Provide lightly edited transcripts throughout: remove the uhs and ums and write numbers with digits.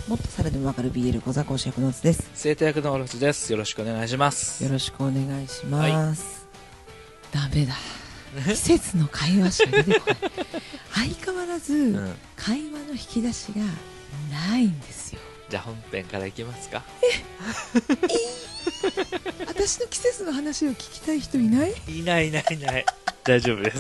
もっとさらでもわかる BL 小座講師役のうつです。 生徒役のオロチです。よろしくお願いします。 よろしくお願いします、ダメだ、季節の会話しか出てこない相変わらず、会話の引き出しがないんですよ。 じゃあ本編からいきますか。 私の季節の話を聞きたい人いない？ いない大丈夫です。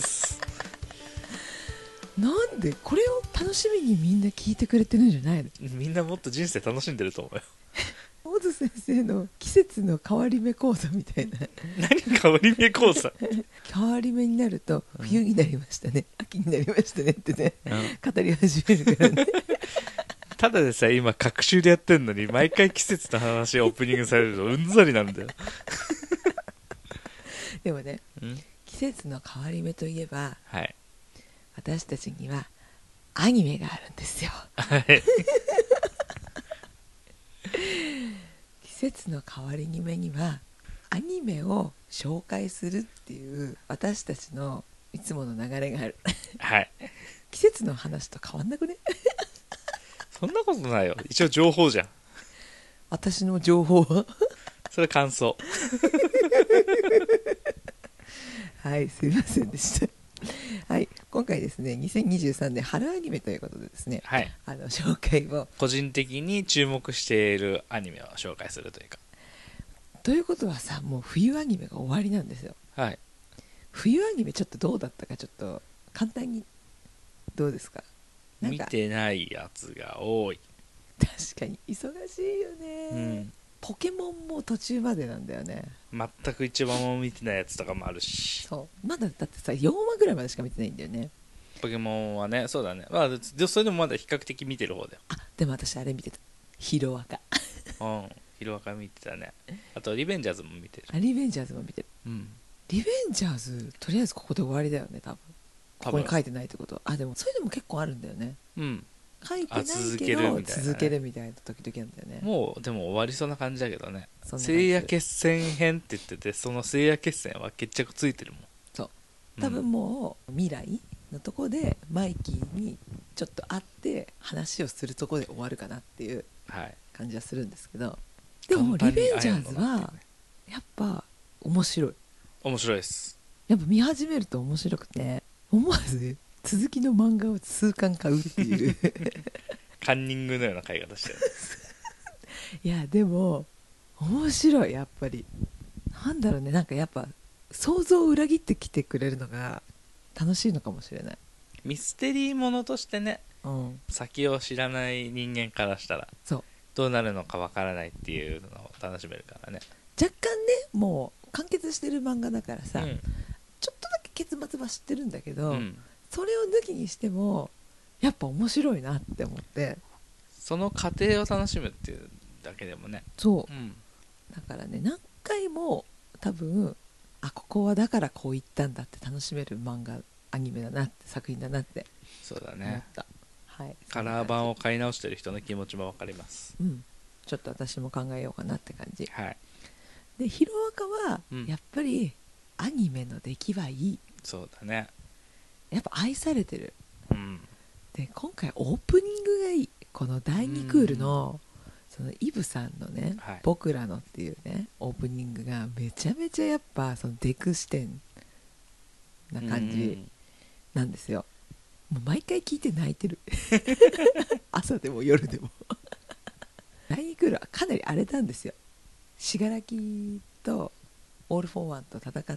なんでこれを楽しみにみんな聞いてくれてるんじゃないの？ みんなもっと人生楽しんでると思うよ。 大津先生の季節の変わり目講座みたいな何変わり目講座変わり目になると冬になりましたね、秋になりましたねってね、語り始めるからねただでさえ今隔週でやってんのに毎回季節の話オープニングされるとうんざりなんだよでもね、季節の変わり目といえば、 はい、 私たちにはアニメがあるんですよ。季節の変わり目にはアニメを紹介するっていう私たちのいつもの流れがある、 はい、 季節の話と変わんなくねそんなことないよ。一応情報じゃん。 私の情報はそれ感想はい、すいませんでしたはい、今回ですね2023年春アニメということでですね、 はい、 紹介を個人的に注目しているアニメを紹介するというか。 ということはさ、もう冬アニメが終わりなんですよ。 はい。 冬アニメちょっとどうだったか、ちょっと簡単にどうですか？ 見てないやつが多い。 確かに忙しいよね、ポケモンも途中までなんだよね。 全く一番も見てないやつとかもあるし。 そうまだだってさ4話ぐらいまでしか見てないんだよね、 ポケモンはね。そうだね、まあ、それでもまだ比較的見てる方だよ。 でも私あれ見てた、ヒロアカヒロアカ見てたね。あとリベンジャーズも見てる。 リベンジャーズも見てる、リベンジャーズとりあえずここで終わりだよね、多分ここに書いてないってこと。でもそれでも結構あるんだよね。書いてないけど続けるみたいな時々なんだよね。もうでも終わりそうな感じだけどね。聖夜決戦編って言ってて、その聖夜決戦は決着ついてるもん。 そう多分もう未来のとこでマイキーにちょっと会って話をするとこで終わるかなっていう感じはするんですけど、でもリベンジャーズはやっぱ面白いです。 やっぱ見始めると面白くて、思わず続きの漫画を数巻買うっていうカンニングのような買い方してるいやでも面白い、やっぱりなんだろうね、なんかやっぱ想像を裏切ってきてくれるのが楽しいのかもしれない。 ミステリーものとしてね、先を知らない人間からしたらどうなるのかわからないっていうのを楽しめるからね。 若干ね、もう完結してる漫画だからさ、ちょっとだけ結末は知ってるんだけど、それを抜きにしてもやっぱ面白いなって思って、 その過程を楽しむっていうだけでもね。 そう、だからね、何回も多分ここはだからこう言ったんだって楽しめる漫画アニメだなって作品だなってそうだね、 はい、 カラー版を買い直してる人の気持ちも分かります。 ちょっと私も考えようかなって感じ、 はい、 でヒロアカはやっぱりアニメの出来はいい。 そうだね、 やっぱ愛されてる、で今回オープニングがいい。この第2クールのそのイブさんのね、僕らのっていうねオープニングがめちゃめちゃやっぱそのデク視点な感じなんですよ。もう毎回聞いて泣いてる朝でも夜でも第2クールはかなり荒れたんですよ。信楽とオール・フォー・ワンと戦って、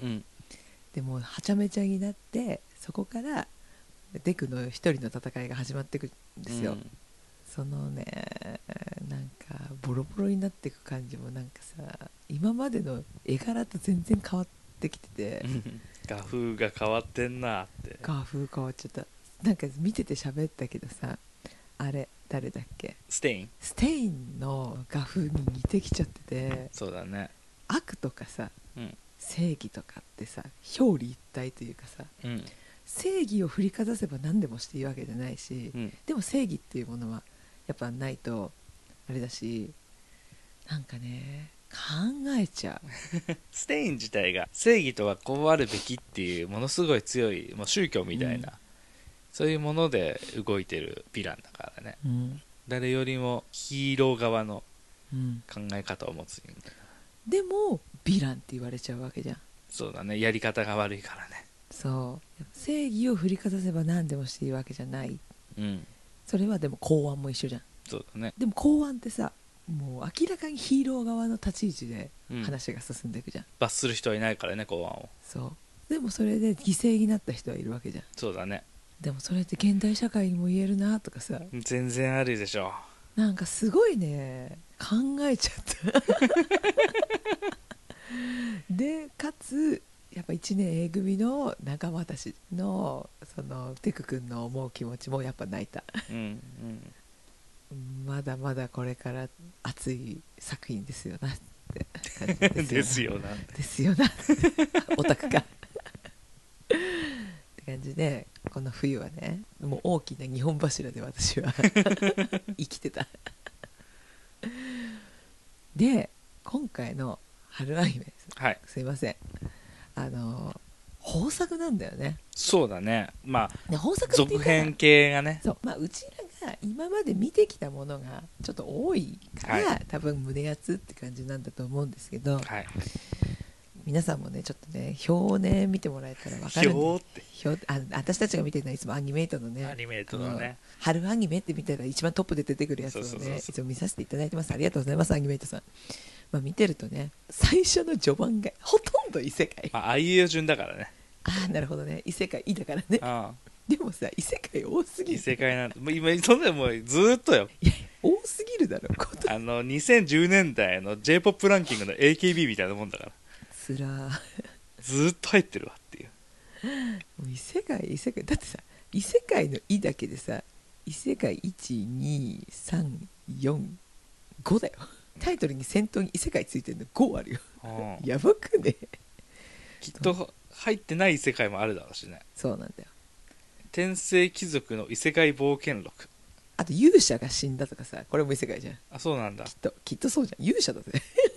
でもうはちゃめちゃになって、そこからデクの一人の戦いが始まっていくんですよ、そのね、なんかボロボロになっていく感じもなんかさ、今までの絵柄と全然変わってきてて画風が変わってんなって。 画風変わっちゃった。なんか見てて喋ったけどさ、あれ誰だっけ、 ステインの画風に似てきちゃってて。 そうだね、 悪とかさ、正義とかってさ表裏一体というかさ、正義を振りかざせば何でもしていいわけじゃないし、でも正義っていうものはやっぱないとあれだし、なんかね考えちゃうステイン自体が正義とはこうあるべきっていうものすごい強いもう宗教みたいな、そういうもので動いてるヴィランだからね、 誰よりもヒーロー側の考え方を持つ、 でもヴィランって言われちゃうわけじゃん。 そうだね、やり方が悪いからね。 そう正義を振りかざせば何でもしていいわけじゃない、それはでも公安も一緒じゃん。 そうだね。 でも公安ってさ、もう明らかにヒーロー側の立ち位置で話が進んでいくじゃん、 罰する人はいないからね、公安を。 そうでもそれで犠牲になった人はいるわけじゃん。 そうだね。 でもそれって現代社会にも言えるなとかさ、 全然あるでしょ。 なんかすごいね考えちゃったでかつやっぱ1年 A 組の仲間たちのそのテク君の思う気持ちもやっぱ泣いた、まだまだこれから熱い作品ですよなって感じですよですよなオタクかって感じで、この冬はねもう大きな2本柱で私は生きてたで今回の春アニメです、 はい、 すいません、豊作なんだよね。 そうだね、まあね、豊作っていうか続編系がね、 そう、まあ、うちらが今まで見てきたものがちょっと多いから、はい、多分胸熱って感じなんだと思うんですけど、はい、皆さんもねちょっとね表をね見てもらえたら分かるんで、表私たちが見てるのは、いつもアニメイトのね、 アニメイトのね、 春アニメって見たら一番トップで出てくるやつをねいつも見させていただいてます。ありがとうございます、アニメイトさん。まあ、見てるとね最初の序盤がほとんど異世界、 あいうえお順だからね。 ああなるほどね、異世界だからね。でもさ異世界多すぎる。 異世界なんて今そんなもうずーっとよ。 いや多すぎるだろ 2010年代の J-POP ランキングの AKB みたいなもんだから、 つらずーっと入ってるわっていう。 もう異世界だってさ、異世界の「い」だけでさ、異世界12345だよ。タイトルに先頭に異世界ついてるの5あるよやばくね。 きっと入ってない異世界もあるだろうしね。 そうなんだよ。 天聖貴族の異世界冒険録、 あと勇者が死んだとかさ、これも異世界じゃん。 あ、そうなんだ。 きっとそうじゃん、勇者だぜ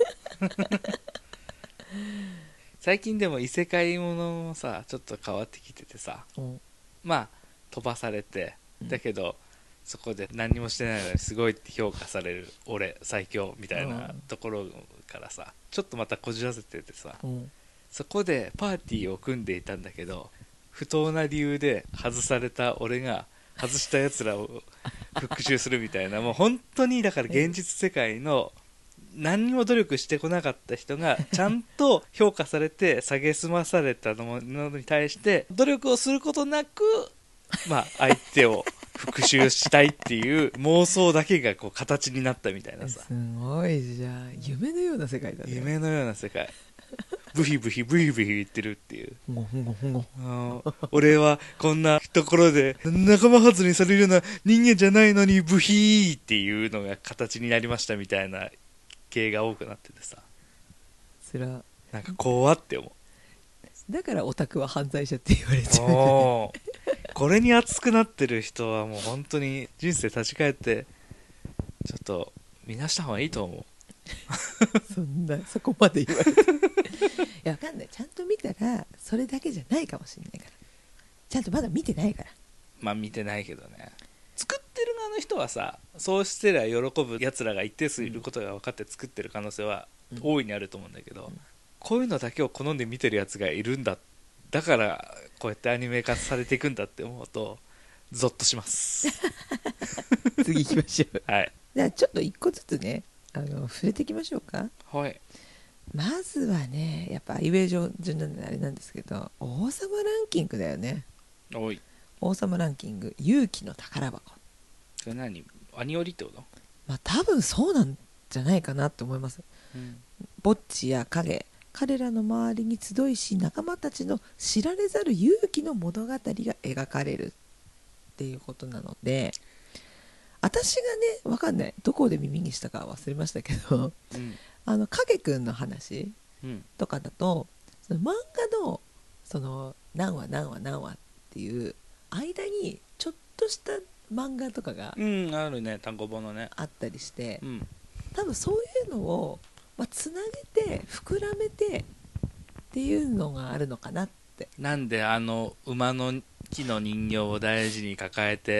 最近でも異世界ものもさちょっと変わってきててさ、まあ飛ばされて、だけど、そこで何もしてないのにすごいって評価される俺最強みたいなところからさ、ちょっとまたこじらせててさ、そこでパーティーを組んでいたんだけど、不当な理由で外された俺が外したやつらを復讐するみたいなもう本当にだから現実世界の何にも努力してこなかった人がちゃんと評価されて蔑まされたのに対して努力をすることなく、まあ、相手を復讐したいっていう妄想だけがこう形になったみたいなさ、 すごいじゃん、夢のような世界だね。 夢のような世界、ブヒブヒブヒブヒ言ってるっていう。俺はこんなところで仲間外れにされるような人間じゃないのにブヒーっていうのが形になりましたみたいな系が多くなっててさ、 つら、 なんか怖って思う。だからオタクは犯罪者って言われちゃう、ね、 これに熱くなってる人はもう本当に人生立ち返ってちょっと見なした方がいいと思うそこまで言われていやわかんない、ちゃんと見たらそれだけじゃないかもしれないから、ちゃんとまだ見てないから。 まあ見てないけどね、作ってる側の人はさ、そうしてりゃ喜ぶやつらが一定数いることが分かって作ってる可能性は大いにあると思うんだけど、こういうのだけを好んで見てるやつがいるんだ、だからこうやってアニメ化されていくんだって思うとゾッとします次行きましょうはい、 じゃあちょっと一個ずつね触れていきましょうか。 はい。 まずはね、やっぱアイウェイ順なんであれなんですけど、王様ランキングだよね。 おい。 王様ランキング、勇気の宝箱。 それ何？アニオリってこと？ まあ多分そうなんじゃないかなと思います。ボッチや影、彼らの周りに集いし、仲間たちの知られざる勇気の物語が描かれるっていうことなので、私がね、わかんない、どこで耳にしたか忘れましたけど、影くんの話とかだと、その漫画のその何話何話何話っていう間にちょっとした漫画とかがあるね、単行本のねあったりして、多分そういうのをつなげて膨らめてっていうのがあるのかなって。 なんで馬の木の人形を大事に抱えて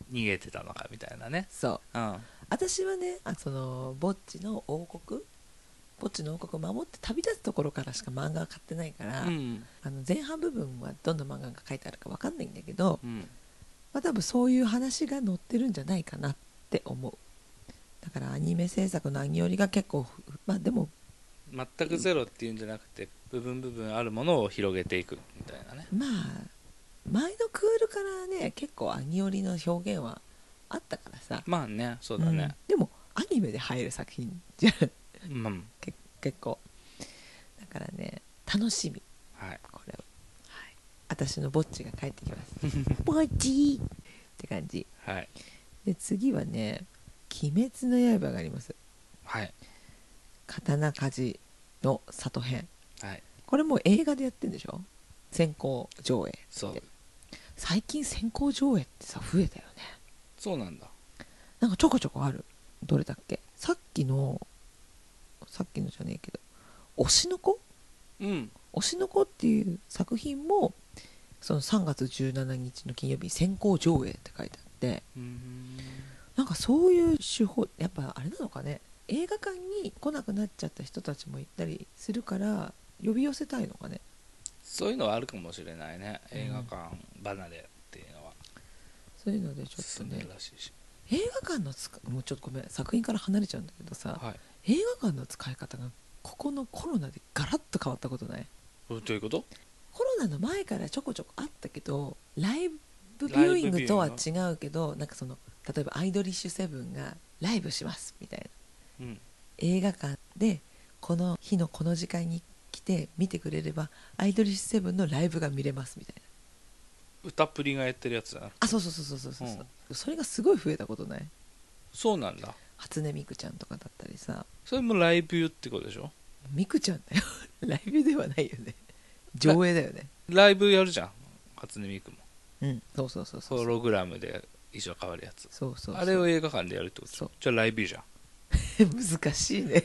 逃げてたのかみたいなね。 そう、 うん、 私はねそのぼっちの王国を守って旅立つところからしか漫画は買ってないから、 うん、 前半部分はどんな漫画が書いてあるか分かんないんだけど、 うん、 まあ、多分そういう話が載ってるんじゃないかなって思う。だからアニメ制作のアニオリが結構まあでも全くゼロっていうんじゃなくて部分あるものを広げていくみたいなね。 まあ前のクールからね結構アニオリの表現はあったからさ。 まあね、そうだね、 でもアニメで入る作品じゃんうん、 結構だからね楽しみ、 はい、 これは、はい、私のぼっちが帰ってきますぼっちって感じ、 はい、 で次はね鬼滅の刃があります。 はい、 刀鍛冶の里編、 はい、 これもう映画でやってるんでしょ、先行上映って。 そう最近先行上映ってさ増えたよね。 そうなんだ。 なんかちょこちょこある。どれだっけ、さっきのじゃねえけど推しの子、 うん、 推しの子っていう作品もその3月17日の金曜日に先行上映って書いてあって、なんかそういう手法やっぱあれなのかね、映画館に来なくなっちゃった人たちもいたりするから呼び寄せたいのかね。 そういうのはあるかもしれないね、映画館離れっていうのは。 そういうのでちょっと進んでねるらしいし、 映画館のもうちょっとごめん作品から離れちゃうんだけどさ、 はい、 映画館の使い方がここのコロナでガラッと変わったことない？ どういうこと？ コロナの前からちょこちょこあったけどライブビューイングとは違うけど、なんかその例えばアイドリッシュセブンがライブしますみたいな、映画館でこの日のこの時間に来て見てくれればアイドリッシュセブンのライブが見れますみたいな。 歌っぷりがやってるやつだな。 あ、そう、それがすごい増えたことない？ そうなんだ。 初音ミクちゃんとかだったりさ。 それもライブってことでしょ？ ミクちゃんだよライブではないよね、上映だよね。 ライブやるじゃん、初音ミクも。 うん、そうホログラムで衣装変わるやつ。 そうあれを映画館でやるってことでしょ？じゃあライブじゃん難しいね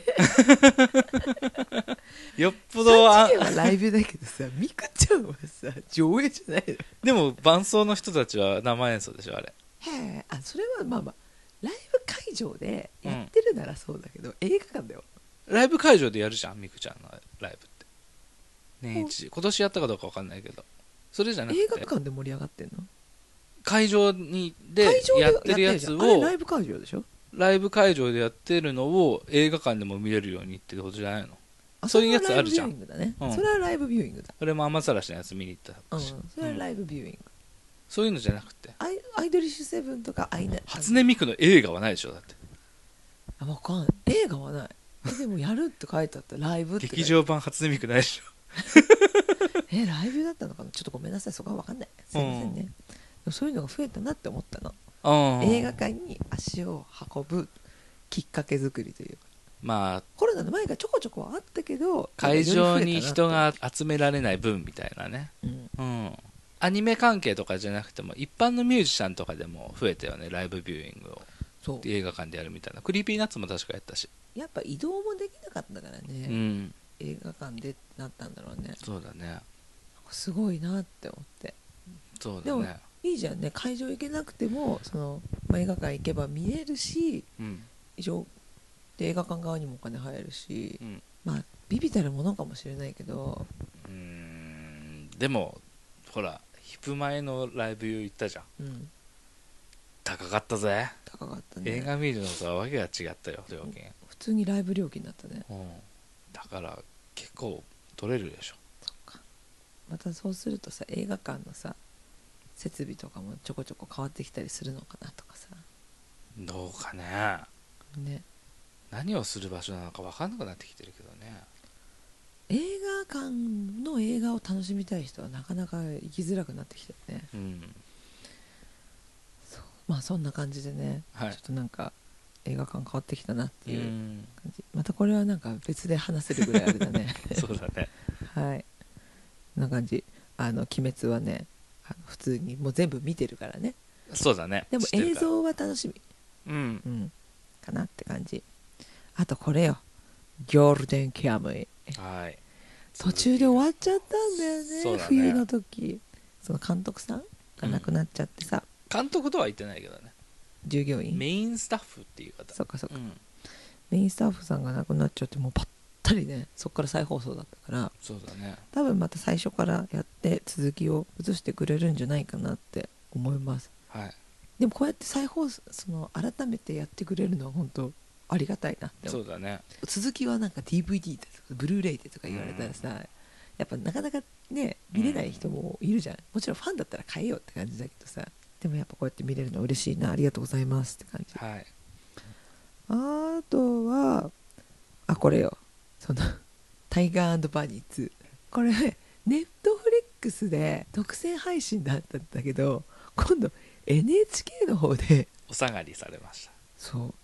よっぽど 3次元はライブだけどさミクちゃんはさ上映じゃないの。 でも伴奏の人たちは生演奏でしょあれ。 へえ、あ、それはまあまあライブ会場でやってるならそうだけど、映画館だよ。 ライブ会場でやるじゃんミクちゃんのライブって年一今年やったかどうか分かんないけど、それじゃなくて映画館で盛り上がってんの？ 会場でやってるやつを、 あれライブ会場でしょ？ ライブ会場でやってるのを映画館でも見れるようにってことじゃないの？そういうやつあるじゃん。 それはライブビューイングだ。 それも雨ざらしのやつ見に行ったし、 それはライブビューイング、 そういうのじゃなくてアイドリッシュセブンとか初音ミクの映画はないでしょだって。 あ、分かんない、映画はない。でもやるって書いてあったライブって劇場版初音ミクないでしょライブだったのかな、ちょっとごめんなさい、そこは分かんない、すいませんね。そういうのが増えたなって思ったの。映画館に足を運ぶきっかけ作りというか、まあコロナの前がちょこちょこはあったけど会場に人が集められない分みたいなね、アニメ関係とかじゃなくても一般のミュージシャンとかでも増えたよね、ライブビューイングを。そう映画館でやるみたいな。クリーピーナッツも確かやったし、 やっぱ移動もできなかったからね、映画館でってなったんだろうね。そうだね、すごいなって思って。そうだね、でもいいじゃんね、会場行けなくても映画館行けば見れるし、以上で映画館側にもお金入るし、まあ微々たるものかもしれないけど、 でもほらヒップ前のライブ行ったじゃん、高かったぜ。高かったね。映画見るのとはわけが違ったよ、料金。 普通にライブ料金だったね、 だから結構取れるでしょ。そっか。 またそうするとさ、映画館のさ設備とかもちょこちょこ変わってきたりするのかなとかさ。 どうかね。何をする場所なのか分かんなくなってきてるけどね。 映画館の映画を楽しみたい人はなかなか行きづらくなってきてるね。まあそんな感じでね、ちょっとなんか映画館変わってきたなっていう感じ。またこれはなんか別で話せるぐらいあれだねそうだね、 はい、こんな感じ。鬼滅はね普通にもう全部見てるからね。 そうだね。 でも映像は楽しみ、かなって感じ。あとこれよ、ゴールデンキャムイ、途中で終わっちゃったんだよね、冬の時。その監督さんが亡くなっちゃってさ、 監督とは言ってないけどね。 従業員、 メインスタッフっていう方。 そっかそっか、メインスタッフさんが亡くなっちゃって、もうぱったりね、そっから再放送だったから、 そうだね、 多分また最初からやって続きを映してくれるんじゃないかなって思います。 はい。 でもこうやって再放送、改めてやってくれるのは本当ありがたいなって。 そうだね。 続きはなんか DVD でとかブルーレイでとか言われたらさ、やっぱなかなかね見れない人もいるじゃん。もちろんファンだったら買えよって感じだけどさ、でもやっぱこうやって見れるの嬉しいな、ありがとうございますって感じ。 はい。 あとはこれよ、タイガー&バニー2、これネットフリックスで独占配信だったんだけど、今度 NHK の方でお下がりされました。 そう、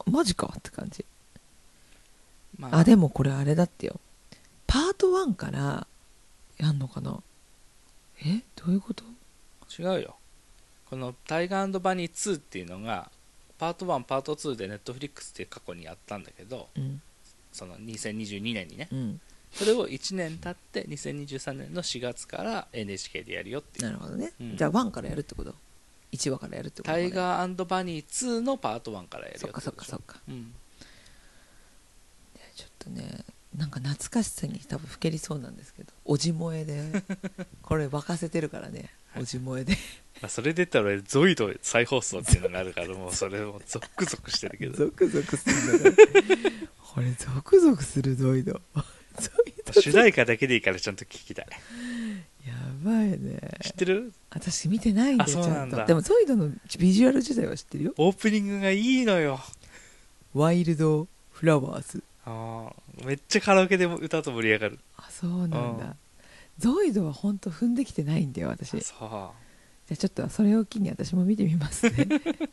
マジかって感じ。 まあ、 でもこれあれだってよ、パート1からやんのかな。どういうこと？ 違うよ。このタイガー&バニー2っていうのがパート1パート2でネットフリックスって過去にやったんだけど、その2022年にね、それを1年経って2023年の4月から NHK でやるよっていう。 なるほどね、じゃあ1からやるってこと、1話からやるってこと、 タイガー&バニー2のパート1からやるよってこと。 そっかそっか、ちょっとね、なんか懐かしさに多分ふけりそうなんですけど、おじ萌えでこれ沸かせてるからね、おじ萌えでそれで言ったら俺ゾイド再放送っていうのがあるからもうそれもゾクゾクしてるけど、 ゾクゾクするんだこれゾクゾクするゾイド主題歌だけでいいからちゃんと聞きたい。 やばいね。 知ってる？ 私見てないんでちゃんと。 だ。 でもゾイドのビジュアル自体は知ってるよ。 オープニングがいいのよ。 ワイルドフラワーズ。 めっちゃカラオケで歌と盛り上がる。 そうなんだ。ゾイドは本当踏んできてないんだよ私。じゃあちょっとそれを機に私も見てみますね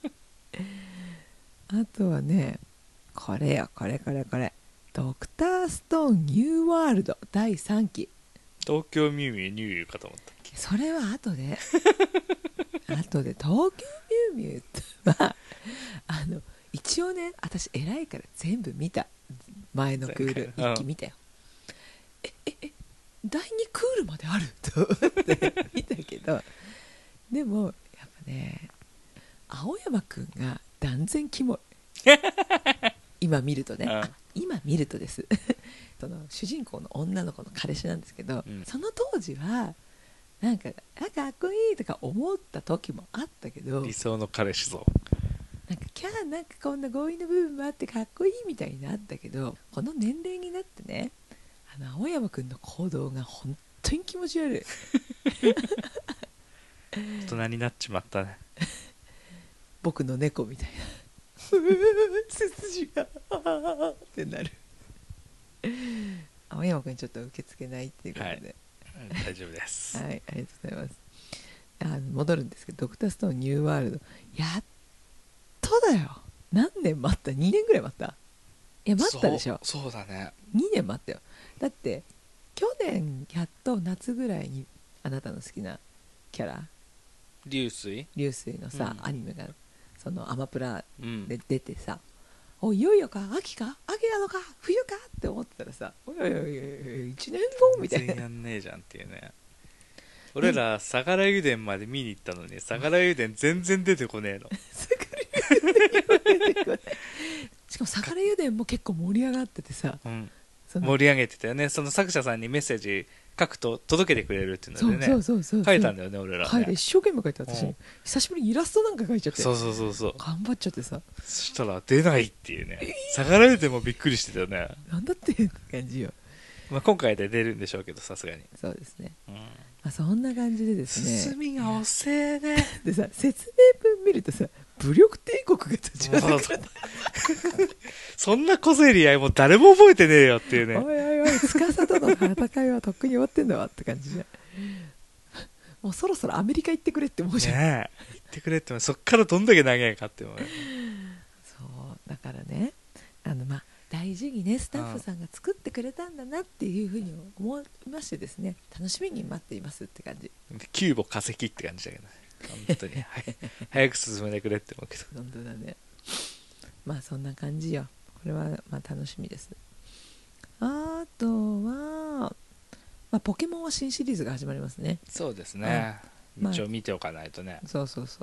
あとはね、これよ、これドクターストーンニューワールド第3期。 東京ミュウミュウニューユーかと思ったっけ。 それは後で後で東京ミュウミュウは一応ね、私偉いから全部見た。前のクール1期見たよ。第2クールまであると思って見たけど、でもやっぱね、青山くんが断然キモい今見るとね、今見るとですその主人公の女の子の彼氏なんですけど、その当時はなんかかっこいいとか思った時もあったけど、 理想の彼氏像、 なんかなんかこんな強引な部分もあってかっこいいみたいになったけど、この年齢になってね、青山くんの行動が本当に気持ち悪い大人になっちまったね僕の猫みたいな背筋がってなる青山くんちょっと受け付けないっていうことで、 大丈夫ですはい、ありがとうございます。戻るんですけど、ドクターストーンニューワールドやっとだよ。何年待った？ 2 年ぐらい待った？いや待ったでしょ。 そうだね、 2年待ったよ。だって去年やっと夏ぐらいにあなたの好きなキャラ流水のさ、アニメがそのアマプラで出てさ、いよいよか、秋なのか冬かって思ってたらさ、おい1年後みたいな。 全然やんねえじゃんっていうね。俺ら相良油田まで見に行ったのに相良油田全然出てこねえのしかも相良油田も結構盛り上がっててさ、 盛り上げてたよね。その作者さんにメッセージ書くと届けてくれるっていうのでね、書いたんだよね俺らね。 一生懸命書いて、私久しぶりにイラストなんか書いちゃって、 そう頑張っちゃってさ、 そしたら出ないっていうね、相良油田もびっくりしてたよね。 なんだって感じよ。 今回で出るんでしょうけど、さすがにそうですね、そんな感じでですね、 進みが遅えねでさ、説明文見るとさ、武力帝国が立ち上がるそんな小競り合いも誰も覚えてねえよっていうね。 おい司との戦いはとっくに終わってんだわって感じじゃん。もうそろそろアメリカ行ってくれって思うじゃん。 ねえ、行ってくれって、そっからどんだけ長いかって思う。 そうだからね、大事にねスタッフさんが作ってくれたんだなっていうふうに思いましてですね、楽しみに待っていますって感じ。 キューボ化石って感じだけどね、本当に早く進めてくれって思うけど。 本当だね。そんな感じよ。これは楽しみです。あとは、ポケモンは新シリーズが始まりますね。 そうですね、一応見ておかないとね。 そうこ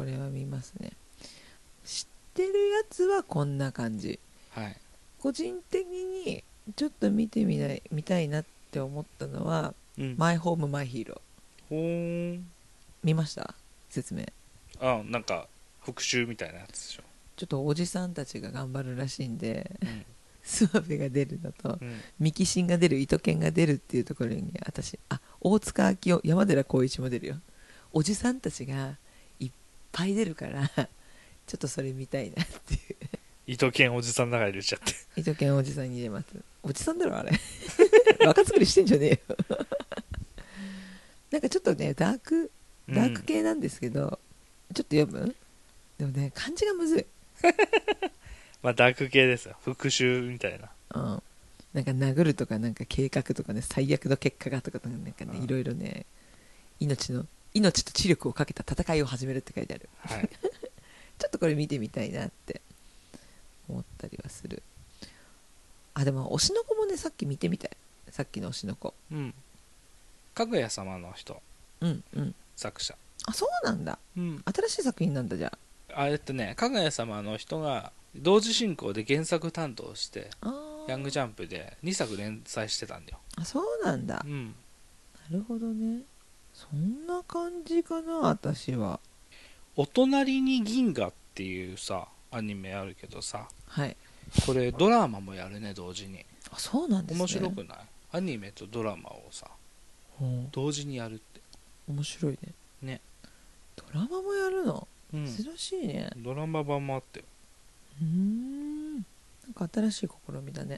これは見ますね。知ってるやつはこんな感じ、 はい、 個人的にちょっと見たいなって思ったのは、マイホームマイヒーロー。ほーん、見ました？説明。 なんか復習みたいなやつでしょ。 ちょっとおじさんたちが頑張るらしいんで、諏訪部が出るのと、三木真が出る、糸犬が出るっていうところに、私大塚明夫、山寺宏一も出るよ。おじさんたちがいっぱい出るからちょっとそれ見たいなっていう。 糸犬おじさんの中に入れちゃって糸犬おじさんに入れます。おじさんだろあれ若作りしてんじゃねえよなんかちょっとねダーク系なんですけど、ちょっと読む？でもね漢字がむずいまあダーク系ですよ、復讐みたいな。なんか殴るとか、なんか計画とかね、最悪の結果がとかなんかね、いろいろね、命と知力をかけた戦いを始めるって書いてある、はい、ちょっとこれ見てみたいなって思ったりはする。でも推しの子もね、さっき見てみたい。さっきの推しの子、 かぐや様の人、作者。 そうなんだ、新しい作品なんだ。じゃかぐや様の人が同時進行で原作担当してヤングジャンプで2作連載してたんだよ。 そうなんだ、なるほどね。そんな感じかな。私はお隣に銀河っていうさアニメあるけどさ、はい、これドラマもやるね、同時に。 そうなんですね。 面白くない？アニメとドラマをさ同時にやるって面白いね。ドラマもやるの、珍しいね。 ドラマ版もあって、 なんか新しい試みだね。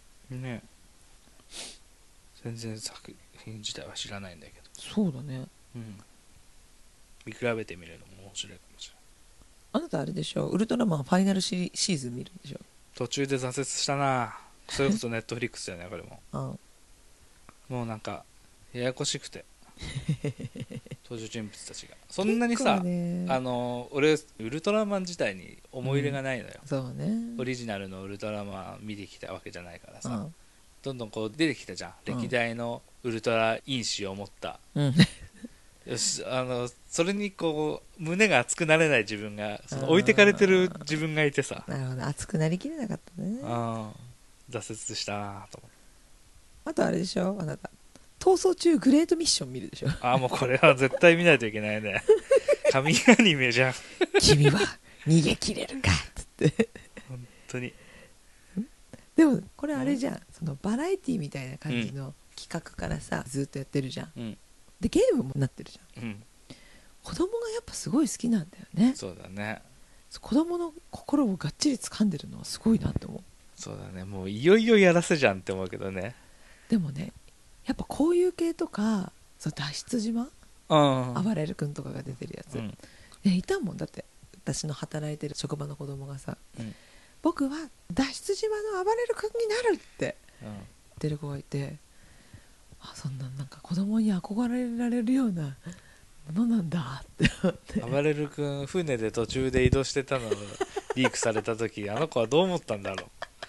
全然作品自体は知らないんだけど。 そうだね。 見比べてみるのも面白いかもしれない。 あなたあれでしょ、ウルトラマンファイナルシーズン見るんでしょ。 途中で挫折したな。それこそネットフリックスだよねこれももうなんかややこしくて登場人物たちがそんなにさ、俺ウルトラマン自体に思い入れがないのよ、 そうね。 オリジナルのウルトラマン見てきたわけじゃないからさ、どんどんこう出てきたじゃん、歴代のウルトラ因子を持った、よし、それにこう胸が熱くなれない自分が、その置いてかれてる自分がいてさ、 なるほど、熱くなりきれなかったね。 挫折したなと思って。 あとあれでしょ、あなた逃走中グレートミッション見るでしょ。 もうこれは絶対見ないといけないね神アニメじゃん君は逃げ切れるかっつって本当に。 でもこれあれじゃん、そのバラエティみたいな感じの企画からさ、ずっとやってるじゃん、でゲームもなってるじゃん、子供がやっぱすごい好きなんだよね。 そうだね。 子供の心をがっちり掴んでるのはすごいなって思う。 そうだね、もういよいよやらせじゃんって思うけどね。 でもね、やっぱこういう系とか、そう脱出島、あばれる君とかが出てるやつ、いたもん。だって私の働いてる職場の子供がさ、僕は脱出島のあばれる君になるって言ってる子がいて、そんな、なんか子供に憧れられるようなものなんだって思って。 あばれる君船で途中で移動してたのをリークされた時あの子はどう思ったんだろ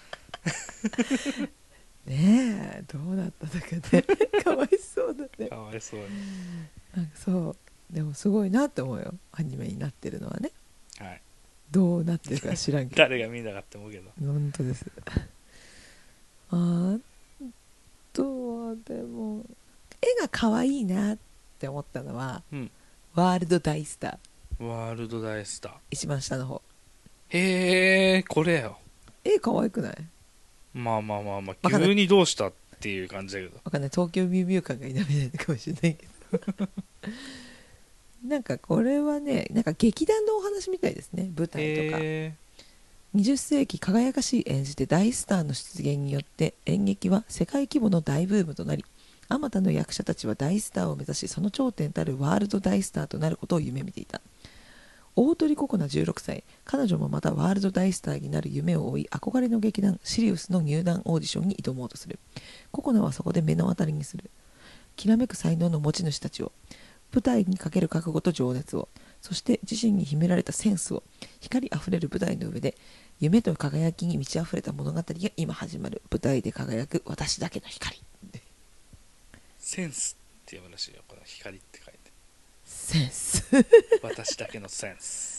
うねえ、どうなったのかねかわいそうだね。 かわいそうに。 なんかそうでもすごいなって思うよ、アニメになってるのはね。 はい、 どうなってるか知らんけど誰が見なかった思うけど。 本当です。あとはでも絵が可愛いなって思ったのは、ワールド大スター。 ワールド大スター一番下の方。 へえ、これよ。 絵可愛くない？ まあ急にどうしたっていう感じだけど、 わかんない、東京ミュウミュウ感が否めないのかもしれないけどなんかこれはね、なんか劇団のお話みたいですね、舞台とか。20世紀輝かしい演じて大スターの出現によって演劇は世界規模の大ブームとなり、あまたの役者たちは大スターを目指し、その頂点たるワールド大スターとなることを夢見ていた。大鳥ココナ16歳、彼女もまたワールド大スターになる夢を追い、憧れの劇団シリウスの入団オーディションに挑もうとする。ココナはそこで目の当たりにするきらめく才能の持ち主たちを、舞台にかける覚悟と情熱を、そして自身に秘められたセンスを、光あふれる舞台の上で夢と輝きに満ち溢れた物語が今始まる。舞台で輝く私だけの光。 センスって読むらしいよ、この光って書いて。 センス私だけのセンス。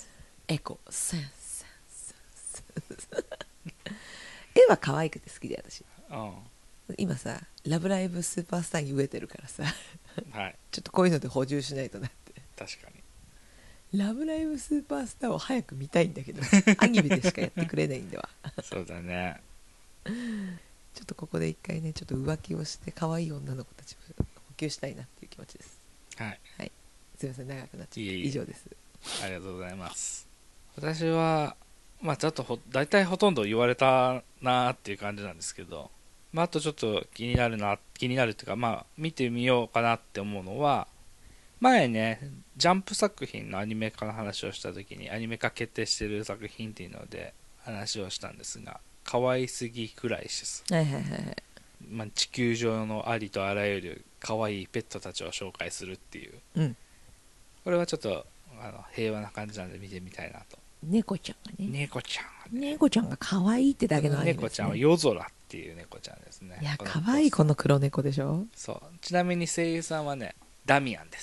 エコセンセンセン絵は可愛くて好きで私、今さラブライブスーパースターに飢えてるからさ、はい、ちょっとこういうので補充しないとなって。 確かにラブライブスーパースターを早く見たいんだけどアニメでしかやってくれないんではそうだね。 ちょっとここで一回ねちょっと浮気をして可愛い女の子たちを補給したいなっていう気持ちです。 はい、 はい、すいません長くなっちゃって以上です。 ありがとうございます。私はまあちょっと大体ほとんど言われたなっていう感じなんですけど、まあ、あとちょっと気になるっていうか、まあ見てみようかなって思うのは、前ねジャンプ作品のアニメ化の話をした時にアニメ化決定してる作品っていうので話をしたんですが、可愛すぎクライシス、 はいはいはいはい、 まあ、地球上のありとあらゆる可愛いペットたちを紹介するっていう、うん、これはちょっと平和な感じなんで見てみたいなと。 猫ちゃんがね、 猫ちゃんがね、 猫ちゃんが可愛いってだけのアニメですね。 猫ちゃんは夜空っていう猫ちゃんですね。 いや可愛いこの黒猫でしょ。 そう、ちなみに声優さんはねダミアンです。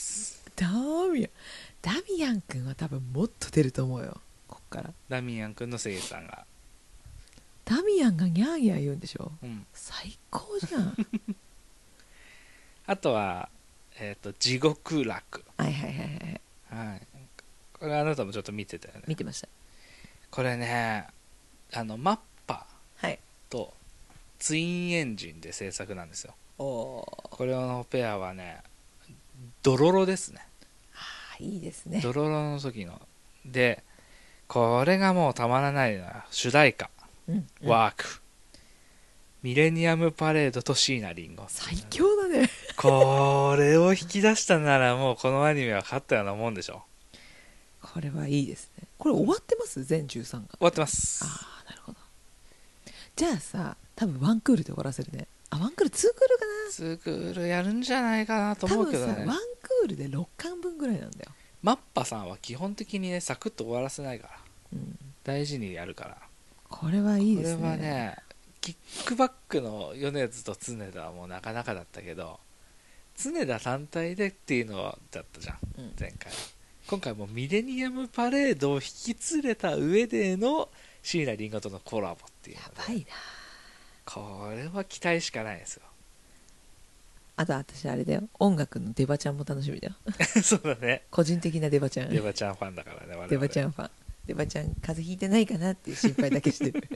ダミアン君は多分もっと出ると思うよこっから。 ダミアン君の声優さんが、 ダミアンがギャーギャー言うんでしょ、うん、最高じゃんあとは地獄楽、 はいはいはいはい、はい、 これあなたもちょっと見てたよね。 見てました。 これねマッパとツインエンジンで制作なんですよ。これのペアはねドロロですね。 いいですね。 ドロロの時ので、これがもうたまらないのは主題歌、うんうん、ワーク、ミレニアムパレードと椎名林檎、 最強だねこれを引き出したならもうこのアニメは勝ったようなもんでしょ。 これはいいですね。これ終わってます？全13が終わってます。 ああなるほど。じゃあさ多分ワンクールで終わらせるね。あ、ワンクール2クールかな。 2クールやるんじゃないかなと思うけどね。 多分さワンクールで6巻分ぐらいなんだよ。 マッパさんは基本的にねサクッと終わらせないから、うん、大事にやるから。 これはいいですね。 これはねキックバックの米津と常田はもうなかなかだったけど、常田単体でっていうのだったじゃん、うん、前回。今回もミレニアムパレードを引き連れた上での椎名林檎とのコラボっていうので、 やばいな。 これは期待しかないですよ。 あと私あれだよ、音楽のデバちゃんも楽しみだよそうだね、 個人的なデバちゃんファンだからね。 デバちゃんファン。デバちゃん風邪ひいてないかなっていう心配だけしてる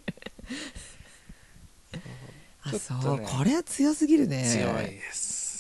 あ、そう、これは強すぎるね。 強いです。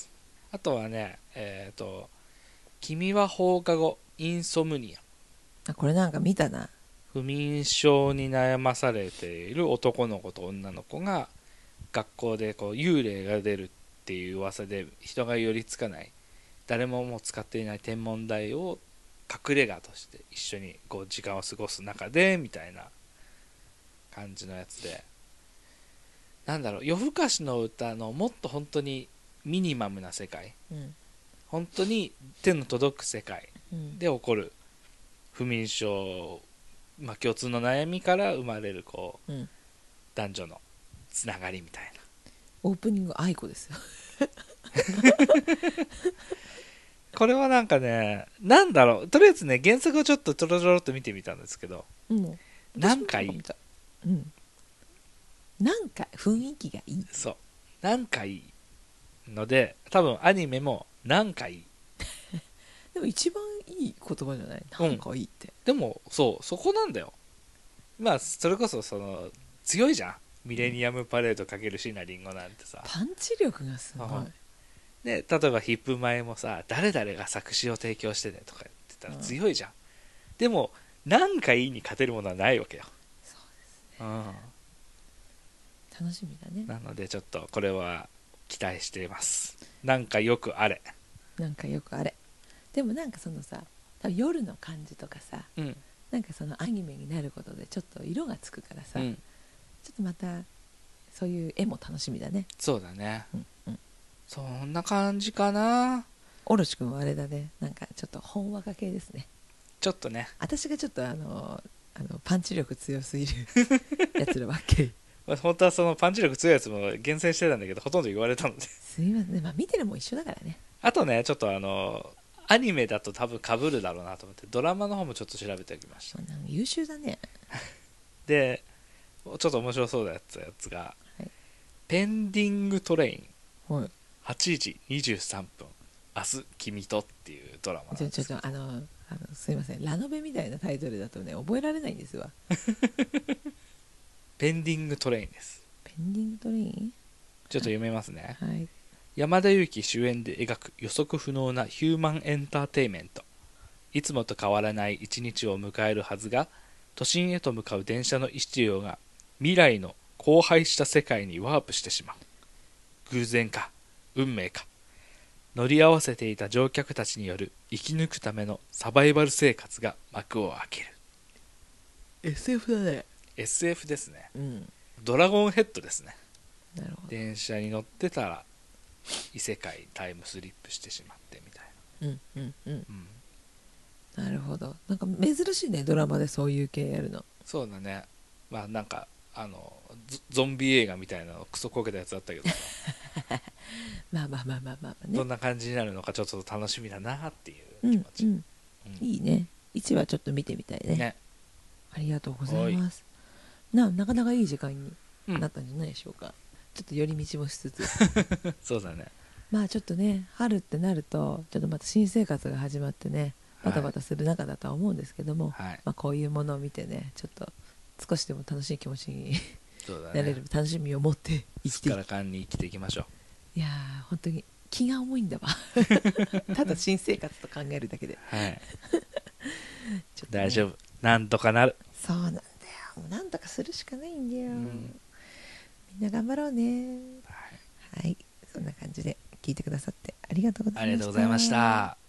あとはね君は放課後インソムニア、これなんか見たな。 不眠症に悩まされている男の子と女の子が学校でこう幽霊が出るっていう噂で人が寄りつかない、誰ももう使っていない天文台を隠れ家として一緒にこう時間を過ごす中でみたいな感じのやつで、なんだろう、夜更かしの歌のもっと本当にミニマムな世界、うん、本当に手の届く世界で起こる不眠症、まあ、共通の悩みから生まれるこう、うん、男女のつながりみたいな。 オープニング愛子ですよこれはなんかね、なんだろう、とりあえずね原作をちょっとちょろちょろっと見てみたんですけど、うん、なんかいい、うん、 なんか雰囲気がいい。 そう、なんかいいので多分アニメもなんかいいでも一番いい言葉じゃない、なんかいいって、 うん、でもそう、そこなんだよ。まあそれこそその強いじゃん、ミレニアムパレード×椎名林檎なんてさ、 パンチ力がすごい、 で例えばヒップ前もさ、誰々が作詞を提供してねとか言ってたら強いじゃん、でもなんかいいに勝てるものはないわけよ。 そうですね、楽しみだね。 なのでちょっとこれは期待しています。なんかよくあれ、 なんかよくあれ。でもなんかそのさ、多分夜の感じとかさ、うん、なんかそのアニメになることでちょっと色がつくからさ、うん、ちょっとまたそういう絵も楽しみだね。 そうだね、うんうん、そんな感じかな。 オロチ君はあれだね、なんかちょっとほんわか系ですね。 ちょっとね、 私がちょっとパンチ力強すぎるやつらばっかり本当はそのパンチ力強いやつも厳選してたんだけどほとんど言われたのですいませんね、まあ見てるも一緒だからね。 あとねちょっとアニメだと多分被るだろうなと思ってドラマの方もちょっと調べておきました。 優秀だね。 でちょっと面白そうなやつが、はい、ペンディングトレイン、はい、8時23分明日君とっていうドラマなんですけど、 すいません、ラノベみたいなタイトルだとね覚えられないんですわ。 ペンディングトレインです。 ペンディングトレイン、 ちょっと読めますね、 はい、 山田裕貴主演で描く予測不能なヒューマンエンターテイメント。いつもと変わらない一日を迎えるはずが、都心へと向かう電車の一両が未来の荒廃した世界にワープしてしまう。偶然か運命か、乗り合わせていた乗客たちによる生き抜くためのサバイバル生活が幕を開ける。 SF だね。 SF ですね、 うん、 ドラゴンヘッドですね。 なるほど。 電車に乗ってたら異世界タイムスリップしてしまってみたいな。 うんうんうん、うん、なるほど。なんか珍しいね、ドラマでそういう系やるの。 そうだね。まあなんかゾンビ映画みたいなのクソこけたやつだったけどまあまあまあまあまあね、 どんな感じになるのかちょっと楽しみだなっていう気持ち、 いいね。1話ちょっと見てみたい ね。ありがとうございます。なかなかいい時間になったんじゃないでしょうか、ちょっと寄り道もしつつそうだね。 まあちょっとね、春ってなるとちょっとまた新生活が始まってね、バタバタする中だとは思うんですけども、はい、まあ、こういうものを見てね、ちょっと少しでも楽しい気持ちになれる、楽しみを持って生きて、すっからかんに生きていきましょう。 いやー本当に気が重いんだわただ新生活と考えるだけで、はい、 ちょっと、ね、大丈夫、なんとかなる。 そうなんだよ、もうなんとかするしかないんだよ、みんな頑張ろうね。はい、そんな感じで聞いてくださってありがとうございました。 ありがとうございました。